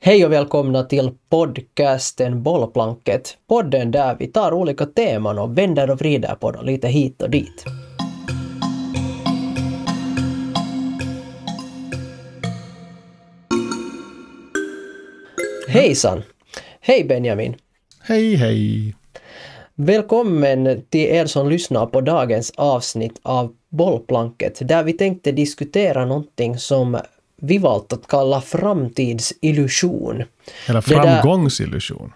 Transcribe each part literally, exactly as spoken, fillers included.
Hej och välkomna till podcasten Bollplanket. Podden där vi tar olika teman och vänder och vrider på dem lite hit och dit. Hejsan! Hej Benjamin! Hej hej! Välkommen till er som lyssnar på dagens avsnitt av Bollplanket där vi tänkte diskutera någonting som vi valt att kalla framtidsillusion. Eller framgångsillusion.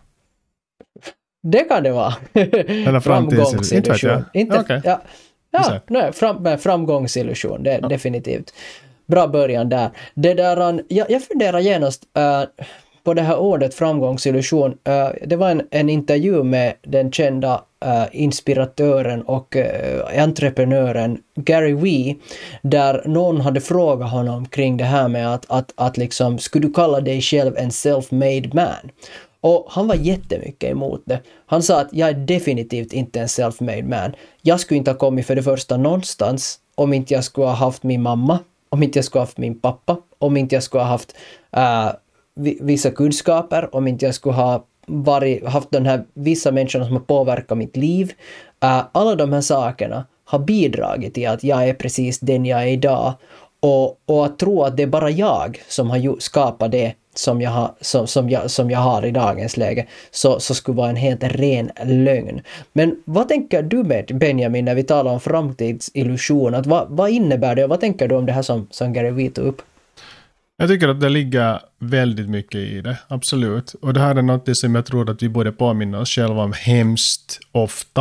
Det kan det vara. Eller framtidsillusion. Inte vet jag. Inte, okay. ja, ja, nej, fram, framgångsillusion, det är ja. Definitivt. Bra början där. Det där jag, jag funderar genast uh, på det här ordet framgångsillusion. Uh, det var en, en intervju med den kända uh, inspiratören och uh, entreprenören Gary Vee, där någon hade frågat honom kring det här med att, att, att liksom, skulle du kalla dig själv en self-made man? Och han var jättemycket emot det. Han sa att jag är definitivt inte en self-made man. Jag skulle inte ha kommit för det första någonstans om inte jag skulle ha haft min mamma, om inte jag skulle ha haft min pappa, om inte jag skulle ha haft uh, vissa kunskaper, om inte jag skulle ha varit, haft den här vissa människorna som har påverkat mitt liv. Uh, alla de här sakerna har bidragit till att jag är precis den jag är idag. Och, och att tro att det är bara jag som har skapat det som jag har, som, som jag, som jag har i dagens läge, så, så skulle vara en helt ren lögn. Men vad tänker du med Benjamin när vi talar om framtidsillusion? Att vad, vad innebär det och vad tänker du om det här som, som Gary Vee tog upp? Jag tycker att det ligger väldigt mycket i det, absolut. Och det här är något som jag tror att vi borde påminna oss själva om hemskt ofta.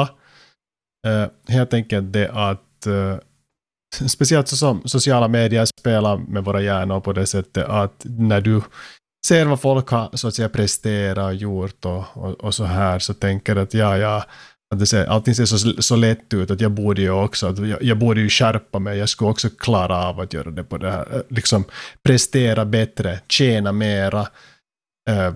Uh, helt enkelt det att uh, speciellt så som sociala medier spelar med våra hjärnor på det sättet att när du ser vad folk har så att säga presterat och gjort och, och, och så här, så tänker att ja, ja, att det ser, allting ser så, så lätt ut att jag borde ju också, att jag, jag borde ju skärpa mig, jag skulle också klara av att göra det på det här, liksom prestera bättre, tjäna mera, eh,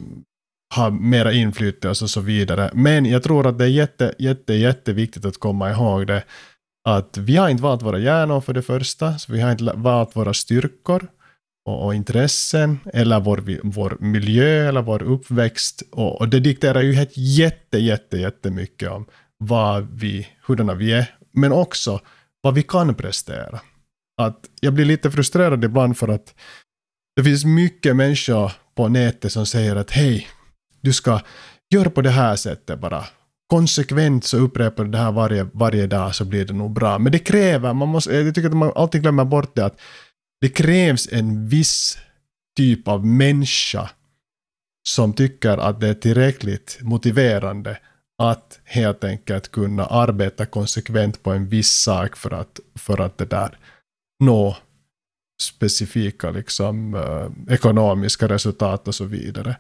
ha mera inflytande och så, så vidare. Men jag tror att det är jätte, jätte, jätteviktigt att komma ihåg det, att vi har inte valt våra hjärnor för det första, så vi har inte valt våra styrkor och, och intressen eller vår, vår miljö eller vår uppväxt, och, och det dikterar ju ett jätte, jätte, jättemycket om vad vi, hurdana vi är, men också vad vi kan prestera. Att jag blir lite frustrerad ibland för att det finns mycket människor på nätet som säger att hej, du ska göra på det här sättet bara. Konsekvent så upprepar det här varje, varje dag så blir det nog bra. Men det kräver, man måste, jag tycker att man alltid glömmer bort det, att det krävs en viss typ av människa som tycker att det är tillräckligt motiverande att helt enkelt kunna arbeta konsekvent på en viss sak för att, för att det där nå specifika liksom, eh, ekonomiska resultat och så vidare.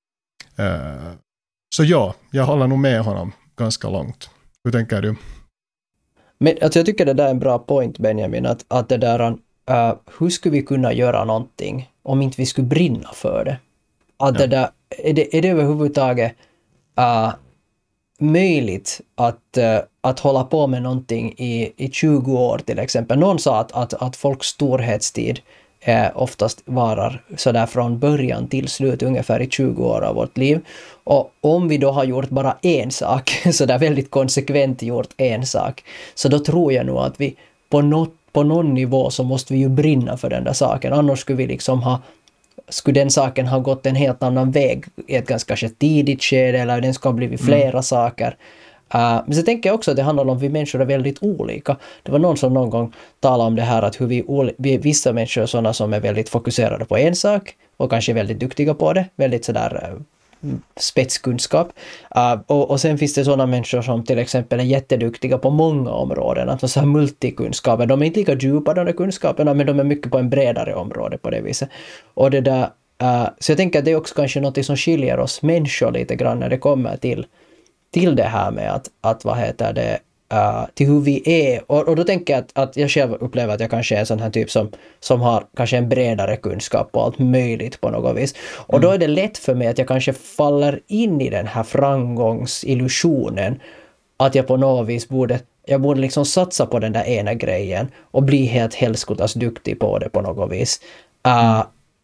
Eh, så ja, jag håller nog med honom ganska långt. Hur tänker du? Men alltså, jag tycker det där är en bra point, Benjamin, att, att det där, uh, hur skulle vi kunna göra någonting om inte vi skulle brinna för det? Att ja. det där, är, det, är det överhuvudtaget uh, möjligt att, uh, att hålla på med någonting i, i tjugo år till exempel? Någon sa att, att, att folks storhetstid eh, oftast varar sådär från början till slut ungefär i tjugo år av vårt liv. Och om vi då har gjort bara en sak, sådär väldigt konsekvent gjort en sak, så då tror jag nog att vi på, något, på någon nivå så måste vi ju brinna för den där saken. Annars skulle vi liksom ha, skulle den saken ha gått en helt annan väg i ett ganska tidigt skede, eller den ska ha blivit flera mm. saker. Uh, men så tänker jag också att det handlar om att vi människor är väldigt olika. Det var någon som någon gång talade om det här att hur vi, vi vissa människor är sådana som är väldigt fokuserade på en sak och kanske väldigt duktiga på det, väldigt sådär uh, spetskunskap. Uh, och, och sen finns det sådana människor som till exempel är jätteduktiga på många områden, att vara så här multikunskaper. De är inte lika djupa de där kunskaperna, men de är mycket på en bredare område på det viset. Och det där, uh, så jag tänker att det är också kanske något som skiljer oss människor lite grann när det kommer till till det här med att, att vad heter det, uh, till hur vi är. Och, och då tänker jag att, att jag själv upplever att jag kanske är en sån här typ som, som har kanske en bredare kunskap på allt möjligt på något vis. Och mm. då är det lätt för mig att jag kanske faller in i den här framgångsillusionen, att jag på något vis borde, jag borde liksom satsa på den där ena grejen och bli helt helskotas duktig på det på något vis. Uh,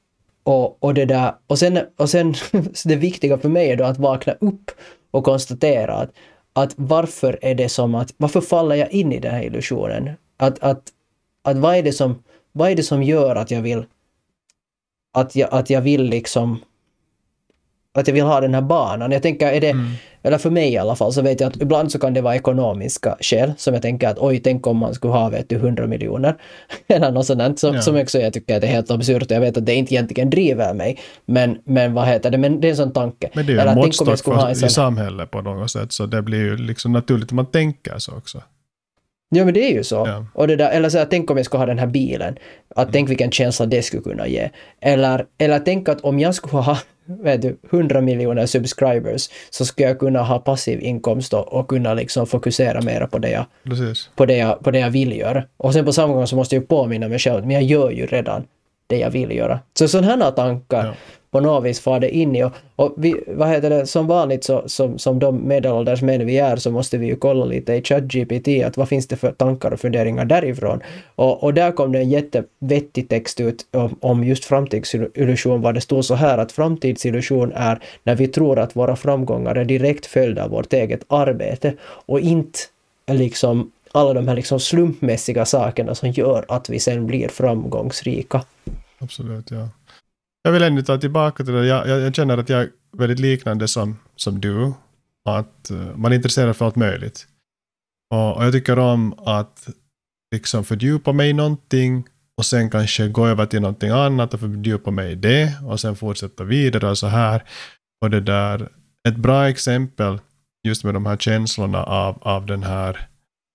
och, och det där, och sen, och sen det viktiga för mig är då att vakna upp och konstatera att, att varför är det som att, varför faller jag in i den här illusionen? Att, att, att vad är det som, vad är det som gör att jag vill, att jag, att jag vill liksom, att jag vill ha den här banan. Jag tänker, är det, mm. eller för mig i alla fall, så vet jag att ibland så kan det vara ekonomiska skäl som jag tänker att oj, tänk om man skulle ha vet du, hundra miljoner eller något sådant som, ja. som också jag tycker att det är helt absurt. Jag vet att det inte egentligen driver mig, men, men vad heter det, men det är en sån tanke. Men det är ju en måttstock för, sån... i samhället på något sätt, så det blir ju liksom naturligt att man tänker så också. Ja, men det är ju så. Ja. Och det där, eller så här, tänk om jag ska ha den här bilen. Att mm. tänk vilken känsla det skulle kunna ge. Eller, eller tänk att om jag skulle ha vet du, hundra miljoner subscribers så skulle jag kunna ha passiv inkomst och, och kunna liksom fokusera mer på det, jag, på, det jag, på det jag vill göra. Och sen på samma gång så måste jag påminna mig själv, men jag gör ju redan det jag vill göra. Så sådana här tankar ja. på något vis far det in i. Och, och vi, vad heter det, som vanligt så, som, som de medelålders män vi är så måste vi ju kolla lite i ChatGPT att vad finns det för tankar och funderingar därifrån. Och, och där kom det en jättevettig text ut om, om just framtidsillusion, var det stod så här att framtidsillusion är när vi tror att våra framgångar är direkt följda av vårt eget arbete och inte liksom alla de här liksom slumpmässiga sakerna som gör att vi sen blir framgångsrika. Absolut, ja. Jag vill ändå ta tillbaka till det. Jag, jag, jag känner att jag är väldigt liknande som, som du. Att uh, man är intresserad för allt möjligt. Och, och jag tycker om att liksom fördjupa mig i någonting och sen kanske gå över till någonting annat och fördjupa mig i det och sen fortsätta vidare och så här. Och det där, ett bra exempel just med de här känslorna av, av den här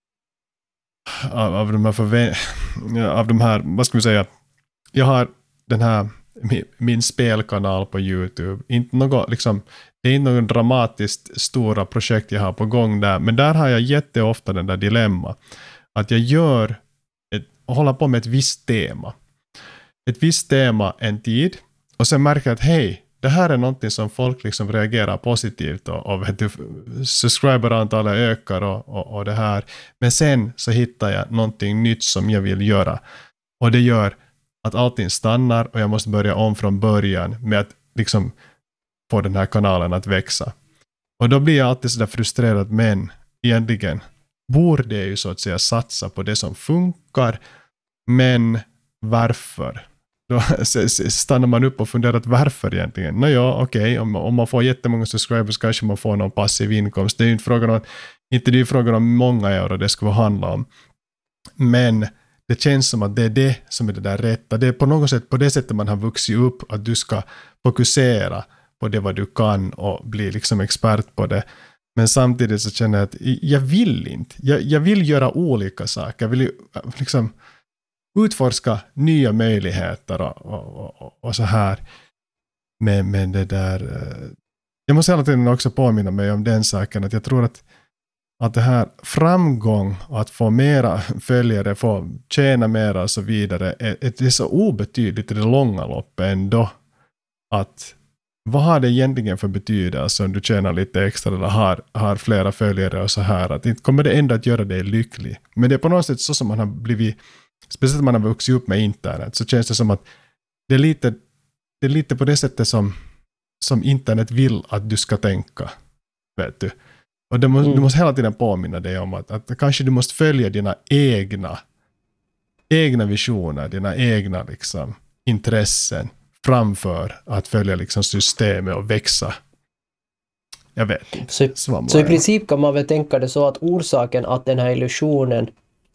av, av de här förvä- av de här, vad ska vi säga, jag har den här min, min spelkanal på YouTube, inte något liksom, det är inte något dramatiskt stora projekt jag har på gång där, men där har jag jätteofta den där dilemma att jag gör ett, håller på med ett visst tema ett visst tema en tid och sen märker jag att hej, det här är någonting som folk liksom reagerar positivt och, och vet du, subscriberantalet ökar och, och, och det här. Men sen så hittar jag någonting nytt som jag vill göra. Och det gör att allting stannar och jag måste börja om från början med att liksom få den här kanalen att växa. Och då blir jag alltid så där frustrerad, men egentligen borde jag ju så att säga satsa på det som funkar. Men varför? Då stannar man upp och funderar att varför egentligen. Nå ja, okej, okay, om, om man får jättemånga subscribers kanske man får någon passiv inkomst. Det är ju inte frågan om, inte det är frågan om många euro det ska handla om. Men det känns som att det är det som är det där rätta. Det är på något sätt på det sättet man har vuxit upp, att du ska fokusera på det vad du kan och bli liksom expert på det. Men samtidigt så känner jag att jag vill inte. Jag, jag vill göra olika saker. Jag vill liksom utforska nya möjligheter och, och, och, och så här. Men, men det där... Jag måste hela tiden också påminna mig om den saken. Att jag tror att, att det här framgång, att få mera följare, få tjäna mera och så vidare, är, är så obetydligt i det långa loppet ändå. Att vad har det egentligen för betydelse om du tjänar lite extra eller har, har flera följare och så här. Att inte kommer det ändå att göra dig lycklig. Men det är på något sätt så som man har blivit, speciellt om man har vuxit upp med internet, så känns det som att det är lite, det är lite på det sättet som, som internet vill att du ska tänka. Vet du? Och det må, mm. du måste hela tiden påminna dig om att, att kanske du måste följa dina egna egna visioner, dina egna liksom, intressen framför att följa liksom, systemet och växa. Jag vet inte. Så, så i princip kan man väl tänka det så att orsaken att den här illusionen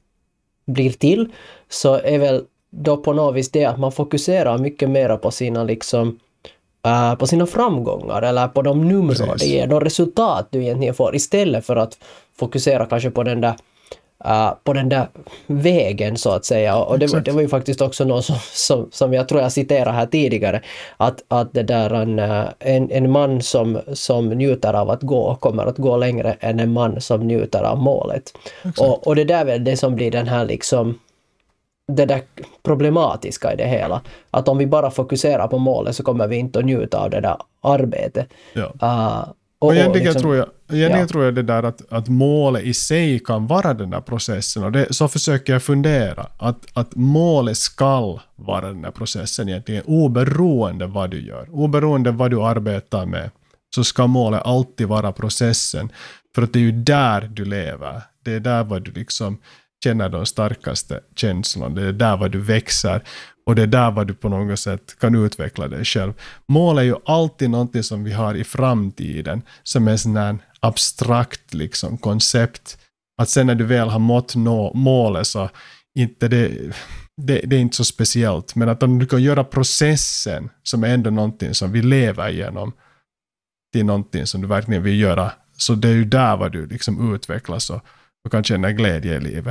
blir till, så är väl då på något vis det att man fokuserar mycket mer på sina liksom uh, på sina framgångar eller på de nummer det ger, de resultat du egentligen får, istället för att fokusera kanske på den där Uh, på den där vägen så att säga. Och det, det var ju faktiskt också något som, som, som jag tror jag citerade här tidigare, att, att det där en, en, en man som, som njuter av att gå kommer att gå längre än en man som njuter av målet. Och, och det där är väl det som blir den här liksom det där problematiska i det hela. Att om vi bara fokuserar på målet så kommer vi inte att njuta av det där arbetet. Ja. Uh, Och, och egentligen, liksom, tror, jag, egentligen ja. tror jag det där att, att målet i sig kan vara den där processen. Och det, så försöker jag fundera. Att, att målet ska vara den där processen egentligen. Oberoende vad du gör. Oberoende vad du arbetar med. Så ska målet alltid vara processen. För att det är ju där du lever. Det är där vad du liksom känner de starkaste känslorna. Det är där vad du växer. Och det är där vad du på något sätt kan utveckla dig själv. Mål är ju alltid någonting som vi har i framtiden. Som är sån här abstrakt liksom, koncept. Att sen när du väl har mått nå målet så inte det, det, det är inte så speciellt. Men att om du kan göra processen som är ändå någonting som vi lever igenom. Till någonting som du verkligen vill göra. Så det är ju där vad du liksom utvecklas och, och kan känna glädje i livet.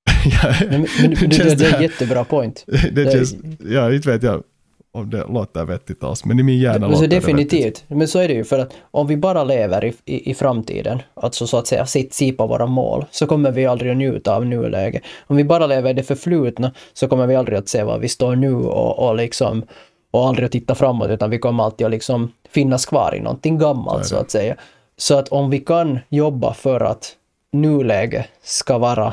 men, men, men det, det, det är en jättebra point. Det, det känns, ja, inte vet jag om det låter vettigt alls, men i min hjärna låter det definitivt. Det men så är det ju, för att om vi bara lever i, i, i framtiden, alltså så att säga sitt på våra mål, så kommer vi aldrig att njuta av nuläget. Om vi bara lever i det förflutna så kommer vi aldrig att se var vi står nu och, och liksom och aldrig att titta framåt, utan vi kommer alltid att liksom finnas kvar i någonting gammalt, så, så att säga. Så att om vi kan jobba för att nuläget ska vara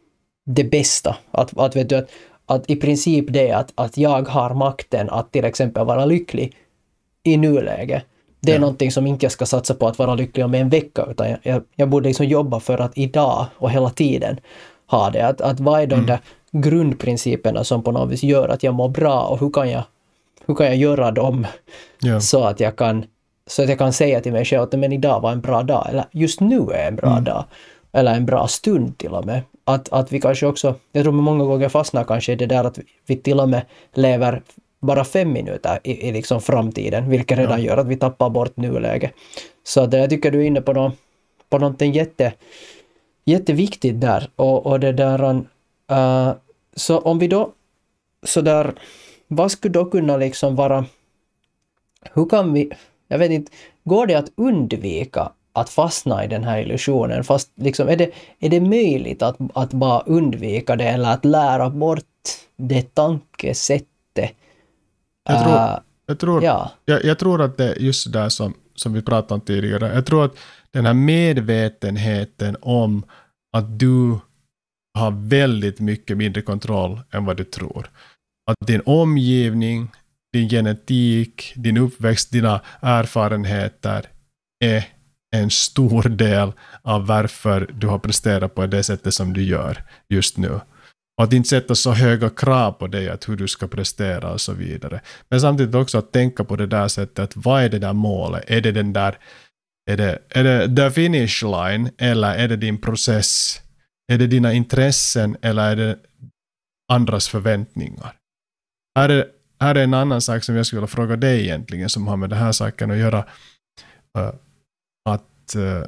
det bästa, att, att, vet du, att, att i princip det att, att jag har makten att till exempel vara lycklig i nuläget, det är ja. någonting som inte jag ska satsa på att vara lycklig om en vecka, utan jag, jag, jag borde liksom jobba för att idag och hela tiden ha det, att, att vad är de mm. där grundprinciperna som på något vis gör att jag mår bra, och hur kan jag hur kan jag göra dem ja. så att jag kan så att jag kan säga till mig själv att men idag var en bra dag, eller just nu är en bra mm. dag, eller en bra stund till och med. Att, att vi kanske också, jag tror många gånger fastnar kanske i det där att vi till och med lever bara fem minuter i, i liksom framtiden, vilket redan ja. gör att vi tappar bort nuläget. Så det, jag tycker du är inne på, no, på någonting jätte, jätteviktigt där. Och, och det där, uh, så om vi då, så där, vad skulle då kunna liksom vara, hur kan vi, jag vet inte, går det att undvika att fastna i den här illusionen? Fast liksom, är det, är det möjligt att, att bara undvika det, eller att lära bort det tankesättet? Jag tror, uh, jag tror, ja. jag, jag tror att det är just där som, som vi pratade om tidigare. Jag tror att den här medvetenheten om att du har väldigt mycket mindre kontroll än vad du tror. Att din omgivning, din genetik, din uppväxt, dina erfarenheter är en stor del av varför du har presterat på det sättet som du gör just nu. Och att inte sätta så höga krav på dig att hur du ska prestera och så vidare. Men samtidigt också att tänka på det där sättet, att vad är det där målet? Är det den där, är det, är det the finish line, eller är det din process? Är det dina intressen, eller är det andras förväntningar? Här är, här är en annan sak som jag skulle vilja fråga dig egentligen, som har med den här saken att göra. Uh, att uh,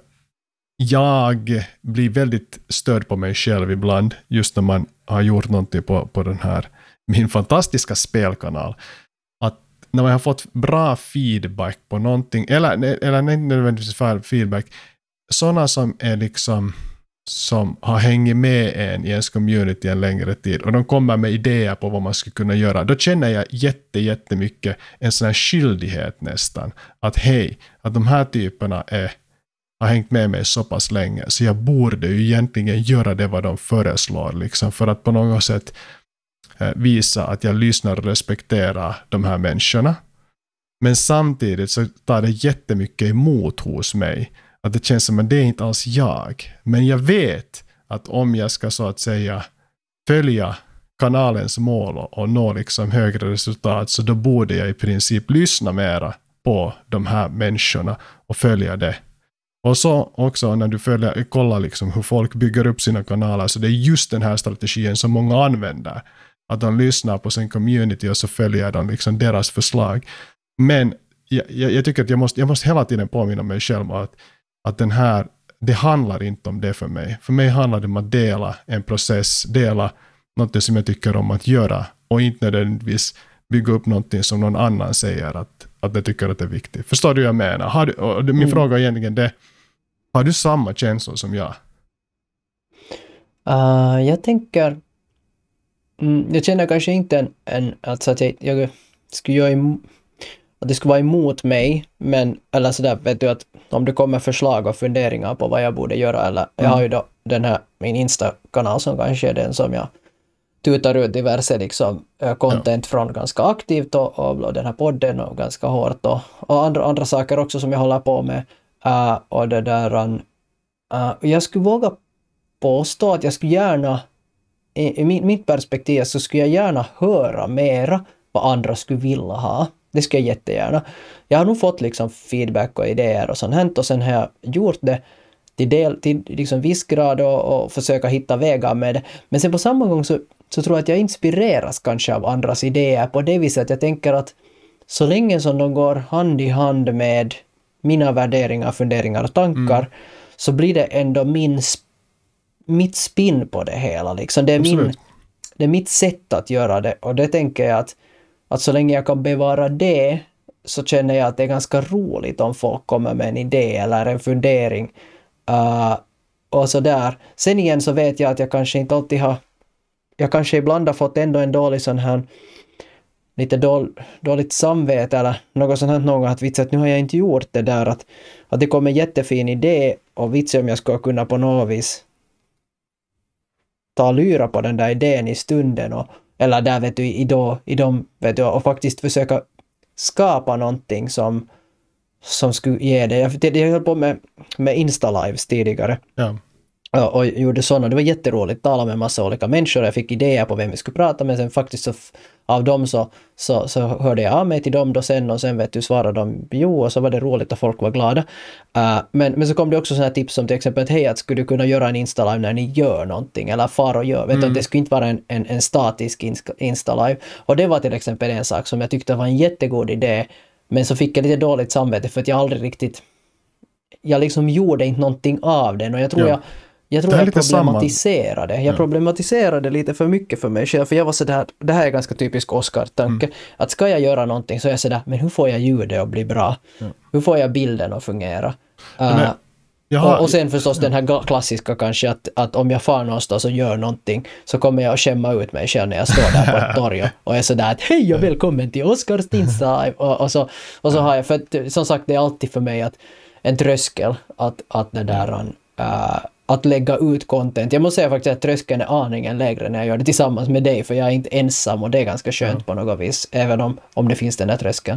jag blir väldigt störd på mig själv ibland, just när man har gjort någonting på, på den här, min fantastiska spelkanal. Att när man har fått bra feedback på någonting, eller, eller inte nödvändigtvis feedback, sådana som är liksom som har hängt med en i ens community en längre tid, och de kommer med idéer på vad man skulle kunna göra, då känner jag jätte, jättemycket en sån här skyldighet nästan, att hej, att de här typerna är, har hängt med mig så pass länge, så jag borde ju egentligen göra det vad de föreslår, liksom, för att på något sätt eh, visa att jag lyssnar och respekterar de här människorna. Men samtidigt så tar det jättemycket emot hos mig. Att det känns som att det är inte alls jag. Men jag vet att om jag ska så att säga följa kanalens mål och nå liksom högre resultat, så då borde jag i princip lyssna mera på de här människorna och följa det. Och så också när du följer, kollar liksom hur folk bygger upp sina kanaler, så det är just den här strategin som många använder. Att de lyssnar på sin community och så följer de liksom deras förslag. Men jag, jag, jag tycker att jag måste, jag måste hela tiden påminna mig själv att att den här, det handlar inte om det för mig. För mig handlar det om att dela en process, dela något som jag tycker om att göra, och inte nödvändigtvis bygga upp något som någon annan säger att, att jag tycker att det är viktigt. Förstår du vad jag menar? Har du, och min mm. fråga är egentligen det, har du samma känslor som jag? Uh, jag tänker, mm, jag känner kanske inte en, en alltså att jag, jag skulle göra att det skulle vara emot mig, men eller sådär, vet du, att om det kommer förslag och funderingar på vad jag borde göra, eller mm. jag har ju då den här, min Insta-kanal som kanske är den som jag tutar ut diverse liksom content ja. från ganska aktivt och, och den här podden och ganska hårt och, och andra, andra saker också som jag håller på med uh, och det där uh, jag skulle våga påstå att jag skulle gärna i, i mitt perspektiv så skulle jag gärna höra mera vad andra skulle vilja ha. Det skulle jag jättegärna. Jag har nog fått liksom feedback och idéer och sånt hänt och sen har jag gjort det till, del, till liksom viss grad och, och försöka hitta vägar med det. Men sen på samma gång så, så tror jag att jag inspireras kanske av andras idéer på det viset att jag tänker att så länge som de går hand i hand med mina värderingar, funderingar och tankar mm. så blir det ändå min, mitt spin på det hela. Liksom. Det, är min, det är mitt sätt att göra det och det tänker jag att, att så länge jag kan bevara det så känner jag att det är ganska roligt om folk kommer med en idé eller en fundering. Uh, och så där. Sen igen så vet jag att jag kanske inte alltid har jag kanske ibland har fått ändå en dålig sån här lite dål, dåligt samvete eller något sånt här någon att vits att nu har jag inte gjort det där att, att det kommer en jättefin idé och vits om jag ska kunna på något vis ta lyra på den där idén i stunden och, eller där vet du i, då, i dem vet du, och faktiskt försöka skapa någonting som som skulle ge det. Jag, jag höll på med, med Insta-lives tidigare. Ja. Och, och gjorde sådana. Det var jätteroligt. Tala med massa olika människor. Jag fick idéer på vem vi skulle prata med. Sen faktiskt så, av dem så, så, så hörde jag av mig till dem då sen och sen vet du svarade de jo och så var det roligt och folk var glada. Uh, men, men så kom det också sådana tips som till exempel att hej, att skulle du kunna göra en Insta-live när ni gör någonting eller far och gör. Vet mm. du, det skulle inte vara en, en, en statisk Insta-live. Och det var till exempel en sak som jag tyckte var en jättegod idé. Men så fick jag lite dåligt samvete för att jag aldrig riktigt jag liksom gjorde inte någonting av den och jag tror ja. jag jag tror jag problematiserade. Jag ja. problematiserade lite för mycket för mig själv för jag var så där, det här är ganska typisk Oscar-tanke mm. att ska jag göra någonting så är jag så där, men hur får jag ljudet att bli bra? Ja. Hur får jag bilden att fungera? Men, uh, har, och, och sen förstås ja. den här klassiska kanske att, att om jag far någonstans och gör någonting så kommer jag att skämma ut mig själv när jag står där på ett torg och är sådär att hej och välkommen till Oscars Insta och, och, så, och så har jag, för att, som sagt det är alltid för mig att en tröskel att, att det där uh, att lägga ut content. Jag måste säga faktiskt att tröskeln är aningen lägre när jag gör det tillsammans med dig för jag är inte ensam och det är ganska skönt ja. på något vis även om, om det finns den där tröskeln.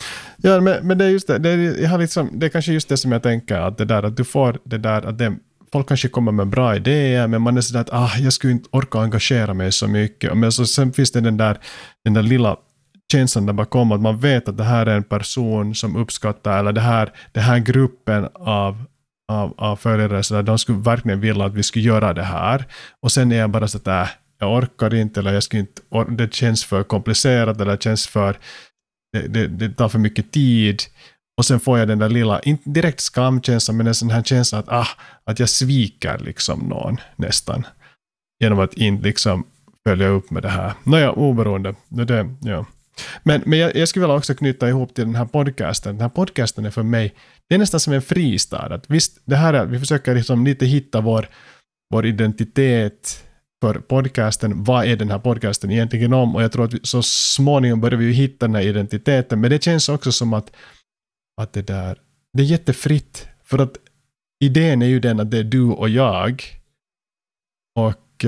Ja, men, men det är just det. Det är, jag har liksom, det är kanske just det som jag tänker att det där att du får det där att det, folk kanske kommer med bra idéer men man är sådär att ah, jag skulle inte orka engagera mig så mycket. Men så, sen finns det den där, den där lilla känslan där bakom att man vet att det här är en person som uppskattar eller det här, det här gruppen av Av, av följare så där, de skulle verkligen vilja att vi skulle göra det här och sen är jag bara så att äh, jag orkar inte eller jag skulle inte, or- det känns för komplicerat eller det känns för det, det, det tar för mycket tid och sen får jag den där lilla, inte direkt skamkänslan men en sån här känsla att, ah, att jag sviker liksom någon nästan genom att inte liksom följa upp med det här. Nåja, oberoende. Det, ja. Men, men jag, jag skulle vilja också knyta ihop till den här podcasten. Den här podcasten är för mig, det är nästan som en fristad. Att visst, det här är, vi försöker liksom lite hitta vår, vår identitet för podcasten. Vad är den här podcasten egentligen om? Och jag tror att vi, så småningom börjar vi ju hitta den här identiteten. Men det känns också som att, att det där, det är jättefritt. För att idén är ju den att det är du och jag. Och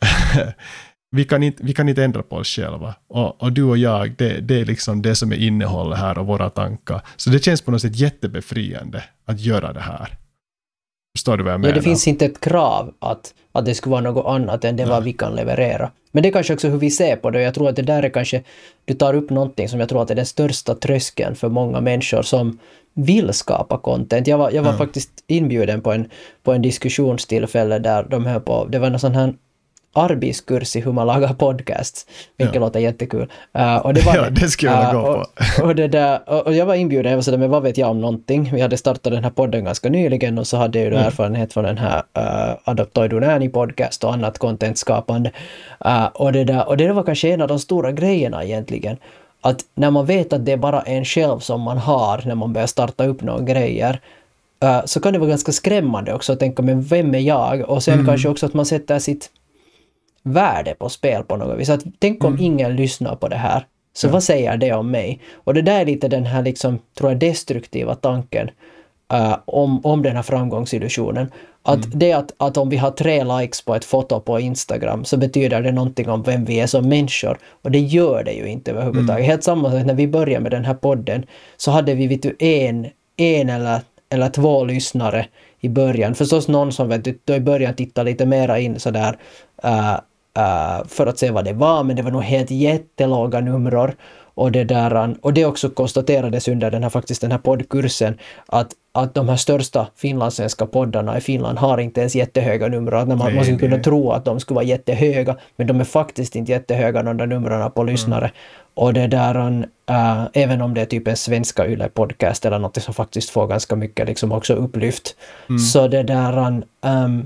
vi kan inte, vi kan inte ändra på oss själva. Och, och du och jag, det, det är liksom det som är innehållet här och våra tankar. Så det känns på något sätt jättebefriande att göra det här. Förstår du vad jag menar? Ja, det finns inte ett krav att, att det skulle vara något annat än det vad vi kan leverera. Men det är kanske också hur vi ser på det. Jag tror att det där är kanske, du tar upp någonting som jag tror att är den största tröskeln för många människor som vill skapa content. Jag var, jag var ja. faktiskt inbjuden på en, på en diskussionstillfälle där de höll på, det var någon sån här arbetskurs i hur man lagar podcasts, vilket ja. låter jättekul. Uh, och det var ja, det skulle jag uh, gå på. och, och, det där, och, och jag var inbjuden, jag var sådär, men vad vet jag om någonting? Vi hade startat den här podden ganska nyligen och så hade jag ju mm. erfarenhet från den här uh, Adoptoid Unani podcast och annat contentskapande. Uh, och, det där, och det var kanske en av de stora grejerna egentligen. Att när man vet att det är bara en själv som man har när man börjar starta upp några grejer, uh, så kan det vara ganska skrämmande också att tänka, men vem är jag? Och sen mm. kanske också att man sätter sitt värde på spel på något vis. Att tänk om mm. ingen lyssnar på det här. Så Ja. vad säger det om mig? Och det där är lite den här liksom, tror jag, destruktiva tanken uh, om, om den här framgångsillusionen. Att mm. det att, att om vi har tre likes på ett foto på Instagram så betyder det någonting om vem vi är som människor. Och det gör det ju inte överhuvudtaget. Mm. Helt samma sak när vi började med den här podden så hade vi vet du, en, en eller, eller två lyssnare i början. Förstås någon som vet du, då i början tittade lite mera in sådär uh, uh, för att se vad det var, men det var nog helt jättelåga nummer. Och det, där, och det också konstaterades under den här, faktiskt den här poddkursen att, att de här största finlandssvenska poddarna i Finland har inte ens jättehöga nummer. Att man, nej, man skulle kunna nej. tro att de skulle vara jättehöga, men de är faktiskt inte jättehöga, de där numren på lyssnare. Mm. Och det där, äh, även om det är typ en svenska Yle-podcast eller något som faktiskt får ganska mycket liksom också upplyft. Mm. Så det där, um,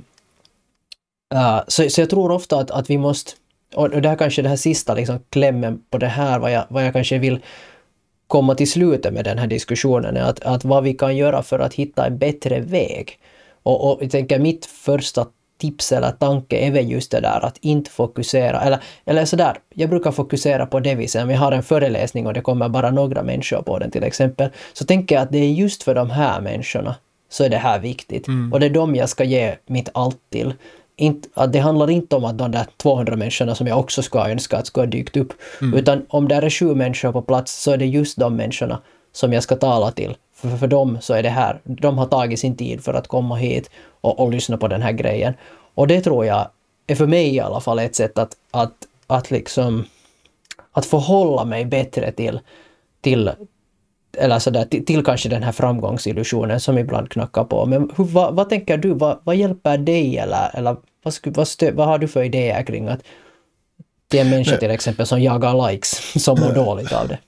uh, så, så jag tror ofta att, att vi måste, och det här kanske det här sista liksom klämmen på det här, vad jag, vad jag kanske vill komma till slutet med den här diskussionen är att, att vad vi kan göra för att hitta en bättre väg. Och, och jag tänker mitt första tips eller tanke är väl just det där att inte fokusera, eller, eller sådär, jag brukar fokusera på det viset. Om jag har en föreläsning och det kommer bara några människor på den till exempel, så tänker jag att det är just för de här människorna så är det här viktigt. Mm. Och det är dem jag ska ge mitt allt till. Inte, att det handlar inte om att de där tvåhundra människorna som jag också ska önska att ska ha dykt upp. Mm. Utan om det är sju människor på plats så är det just de människorna som jag ska tala till. För, för dem så är det här. De har tagit sin tid för att komma hit och, och lyssna på den här grejen. Och det tror jag är för mig i alla fall ett sätt att, att, att liksom att förhålla mig bättre till, till eller sådär, till, till kanske den här framgångsillusionen som ibland knackar på. Men hur, vad, vad tänker du? Vad, vad hjälper dig? Eller, eller vad, vad, stö, vad har du för idéer kring att det är en människa till exempel som jagar likes som mår dåligt av det?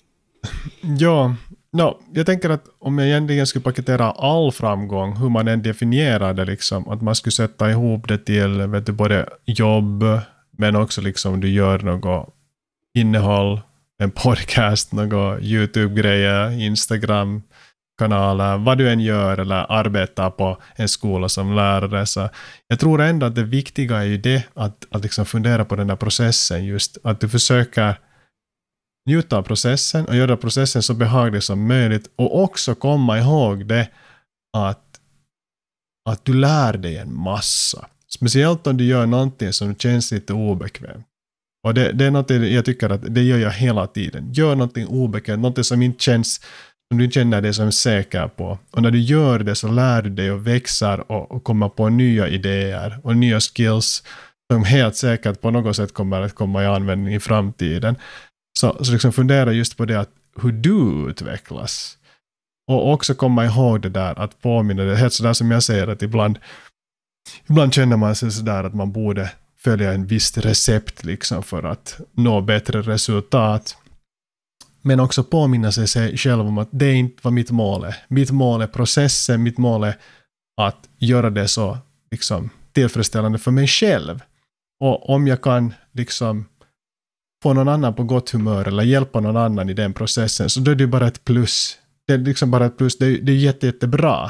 Ja, no, jag tänker att om jag egentligen skulle paketera all framgång, hur man än definierar det, liksom, att man skulle sätta ihop det till vet du, både jobb men också liksom du gör något innehåll, en podcast, några YouTube-grejer, Instagram-kanaler, vad du än gör eller arbetar på en skola som lärare. Så jag tror ändå att det viktiga är ju det att, att liksom fundera på den här processen, just att du försöker njuta av processen och göra processen så behaglig som möjligt och också komma ihåg det att, att du lär dig en massa. Speciellt om du gör någonting som känns lite obekvämt. Och det, det är något jag tycker att det gör jag hela tiden. Gör någonting obekvämt, något som inte känns som du känner dig som säker på. Och när du gör det så lär du dig och växer och, och kommer på nya idéer och nya skills som helt säkert på något sätt kommer att komma i användning i framtiden. Så, så liksom fundera just på det att hur du utvecklas. Och också komma ihåg det där att påminna det. Helt sådär som jag säger att ibland, ibland känner man sig sådär att man borde följa en viss recept liksom för att nå bättre resultat. Men också påminna sig, sig själv om att det är inte vad mitt mål är. Mitt mål är processen, mitt mål är att göra det så liksom, tillfredsställande för mig själv. Och om jag kan liksom få någon annan på gott humör eller hjälpa någon annan i den processen så då är det bara ett plus. Det är liksom bara ett plus, det är, det är jätte, jättebra.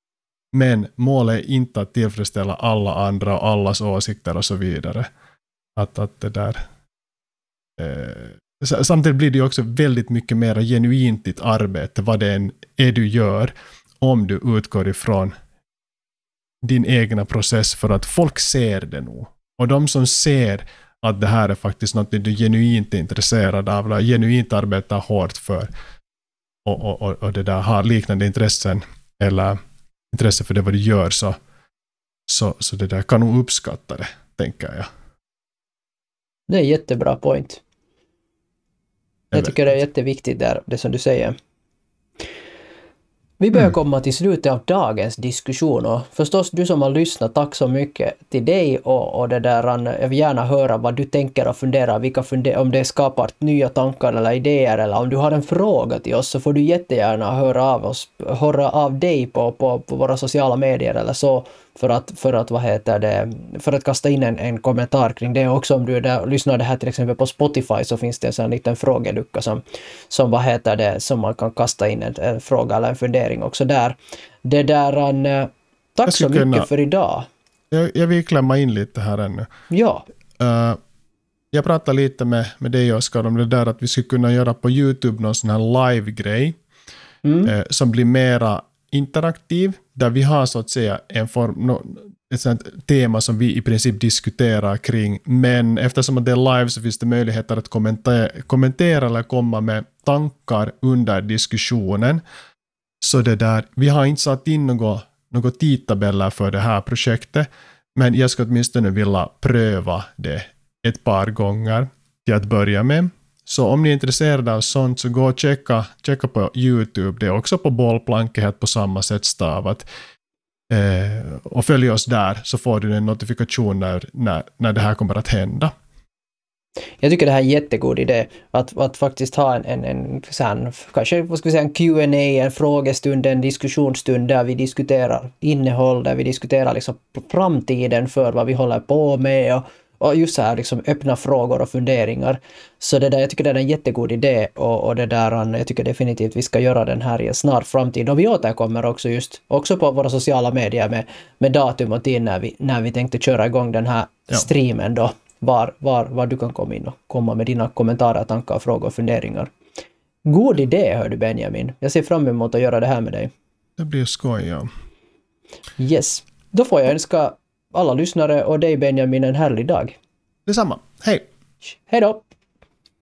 Men målet är inte att tillfredsställa alla andra och allas åsikter och så vidare. Att, att det där... Eh, samtidigt blir det ju också väldigt mycket mer genuint ditt arbete, vad det än är du gör, om du utgår ifrån din egna process för att folk ser det nog. Och de som ser att det här är faktiskt något du genuint är intresserad av, eller genuint arbetar hårt för och, och, och, och det där har liknande intressen eller intresse för det vad du gör så, så, så det där kan nog uppskatta det, tänker jag. Det är en jättebra point. Jag, jag tycker det är jätteviktigt där, det som du säger. Vi börjar mm. komma till slutet av dagens diskussion och förstås du som har lyssnat, tack så mycket till dig och, och det där, jag vill gärna höra vad du tänker och funderar, vilka funder, om det skapar nya tankar eller idéer eller om du har en fråga till oss så får du jättegärna höra av oss, höra av dig på, på, på våra sociala medier eller så för att, för att, vad heter det, för att kasta in en, en kommentar kring det. Också om du är där och lyssnar det här till exempel på Spotify så finns det en sån liten frågelucka som, som vad heter det, som man kan kasta in en, en fråga eller en fundering också där. Det där, an, tack så mycket kunna, för idag. Jag, jag vill klämma in lite här ännu. Ja. Uh, Jag pratade lite med, med dig, Oskar, om det där att vi skulle kunna göra på YouTube någon sån här live-grej mm. eh, som blir mera interaktiv, där vi har så att säga en form, no, ett sånt tema som vi i princip diskuterar kring, men eftersom det är live så finns det möjligheter att kommentera, kommentera eller komma med tankar under diskussionen. Så det där, vi har inte satt in några, några tidtabeller för det här projektet, men jag ska åtminstone vilja pröva det ett par gånger till att börja med. Så om ni är intresserade av sånt så gå och checka, checka på YouTube. Det är också på bollplanket på samma sätt stavat. Eh, och följ oss där så får du en notifikation när, när, när det här kommer att hända. Jag tycker det här är en jättegod idé att, att faktiskt ha en, en, en, en kanske vad ska vi säga, en Q and A, en frågestund, en diskussionsstund där vi diskuterar innehåll, där vi diskuterar liksom framtiden för vad vi håller på med och, och just så här liksom öppna frågor och funderingar. Så det där, jag tycker det är en jättegod idé och, och det där, jag tycker definitivt vi ska göra den här i en snar framtid. Och vi återkommer också just också på våra sociala medier med, med datum och tid när vi, när vi tänkte köra igång den här ja. streamen då. Var, var, var du kan komma in och komma med dina kommentarer, tankar, frågor och funderingar. God idé, hör du Benjamin. Jag ser fram emot att göra det här med dig. Det blir skoj, ja. Yes. Då får jag önska alla lyssnare och dig Benjamin en härlig dag. Detsamma. Hej! Hej då!